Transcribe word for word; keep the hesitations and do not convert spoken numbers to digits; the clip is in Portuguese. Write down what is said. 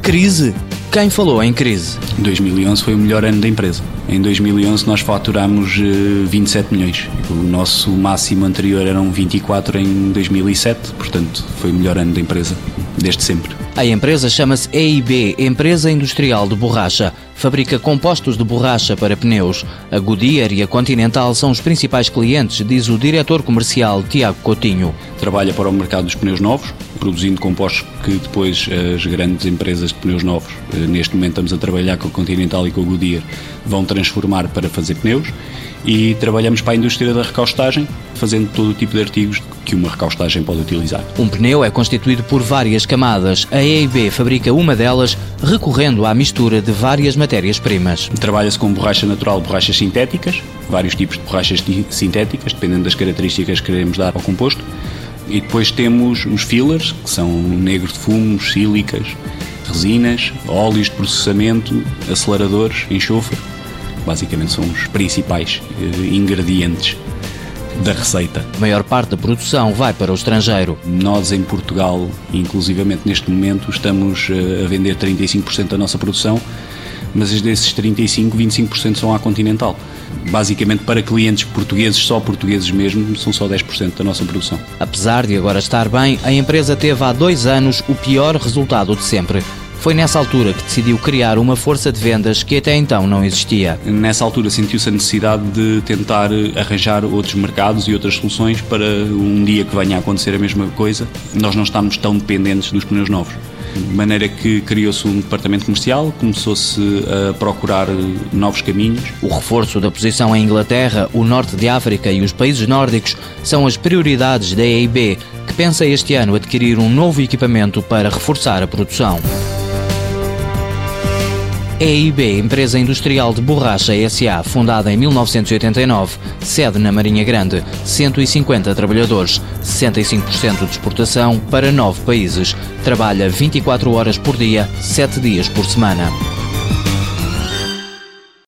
Crise? Quem falou em crise? dois mil e onze foi o melhor ano da empresa. Em dois mil e onze nós faturámos vinte e sete milhões. O nosso máximo anterior eram vinte e quatro em dois mil e sete, portanto foi o melhor ano da empresa, desde sempre. A empresa chama-se E I B, Empresa Industrial de Borracha. Fabrica compostos de borracha para pneus. A Goodyear e a Continental são os principais clientes, diz o diretor comercial Tiago Coutinho. Trabalha para o mercado dos pneus novos, produzindo compostos que depois as grandes empresas de pneus novos, neste momento estamos a trabalhar com a Continental e com a Goodyear, vão transformar para fazer pneus, e trabalhamos para a indústria da recaustagem, fazendo todo o tipo de artigos que uma recaustagem pode utilizar. Um pneu é constituído por várias camadas. A E I B fabrica uma delas recorrendo à mistura de várias matérias-primas. Trabalha-se com borracha natural, borrachas sintéticas, vários tipos de borrachas sintéticas, dependendo das características que queremos dar ao composto. E depois temos os fillers, que são negro de fumo, sílicas, resinas, óleos de processamento, aceleradores, enxofre. Basicamente são os principais eh, ingredientes da receita. A maior parte da produção vai para o estrangeiro. Nós em Portugal, inclusivamente neste momento, estamos a vender trinta e cinco por cento da nossa produção, mas desses trinta e cinco por cento, vinte e cinco por cento são à Continental. Basicamente para clientes portugueses, só portugueses mesmo, são só dez por cento da nossa produção. Apesar de agora estar bem, a empresa teve há dois anos o pior resultado de sempre. Foi nessa altura que decidiu criar uma força de vendas que até então não existia. Nessa altura sentiu-se a necessidade de tentar arranjar outros mercados e outras soluções para um dia que venha a acontecer a mesma coisa, nós não estamos tão dependentes dos pneus novos. De maneira que criou-se um departamento comercial, começou-se a procurar novos caminhos. O reforço da posição em Inglaterra, o norte de África e os países nórdicos são as prioridades da E I B, que pensa este ano adquirir um novo equipamento para reforçar a produção. E I B, Empresa Industrial de Borracha S A, fundada em mil novecentos e oitenta e nove, sede na Marinha Grande, cento e cinquenta trabalhadores, sessenta e cinco por cento de exportação para nove países. Trabalha vinte e quatro horas por dia, sete dias por semana.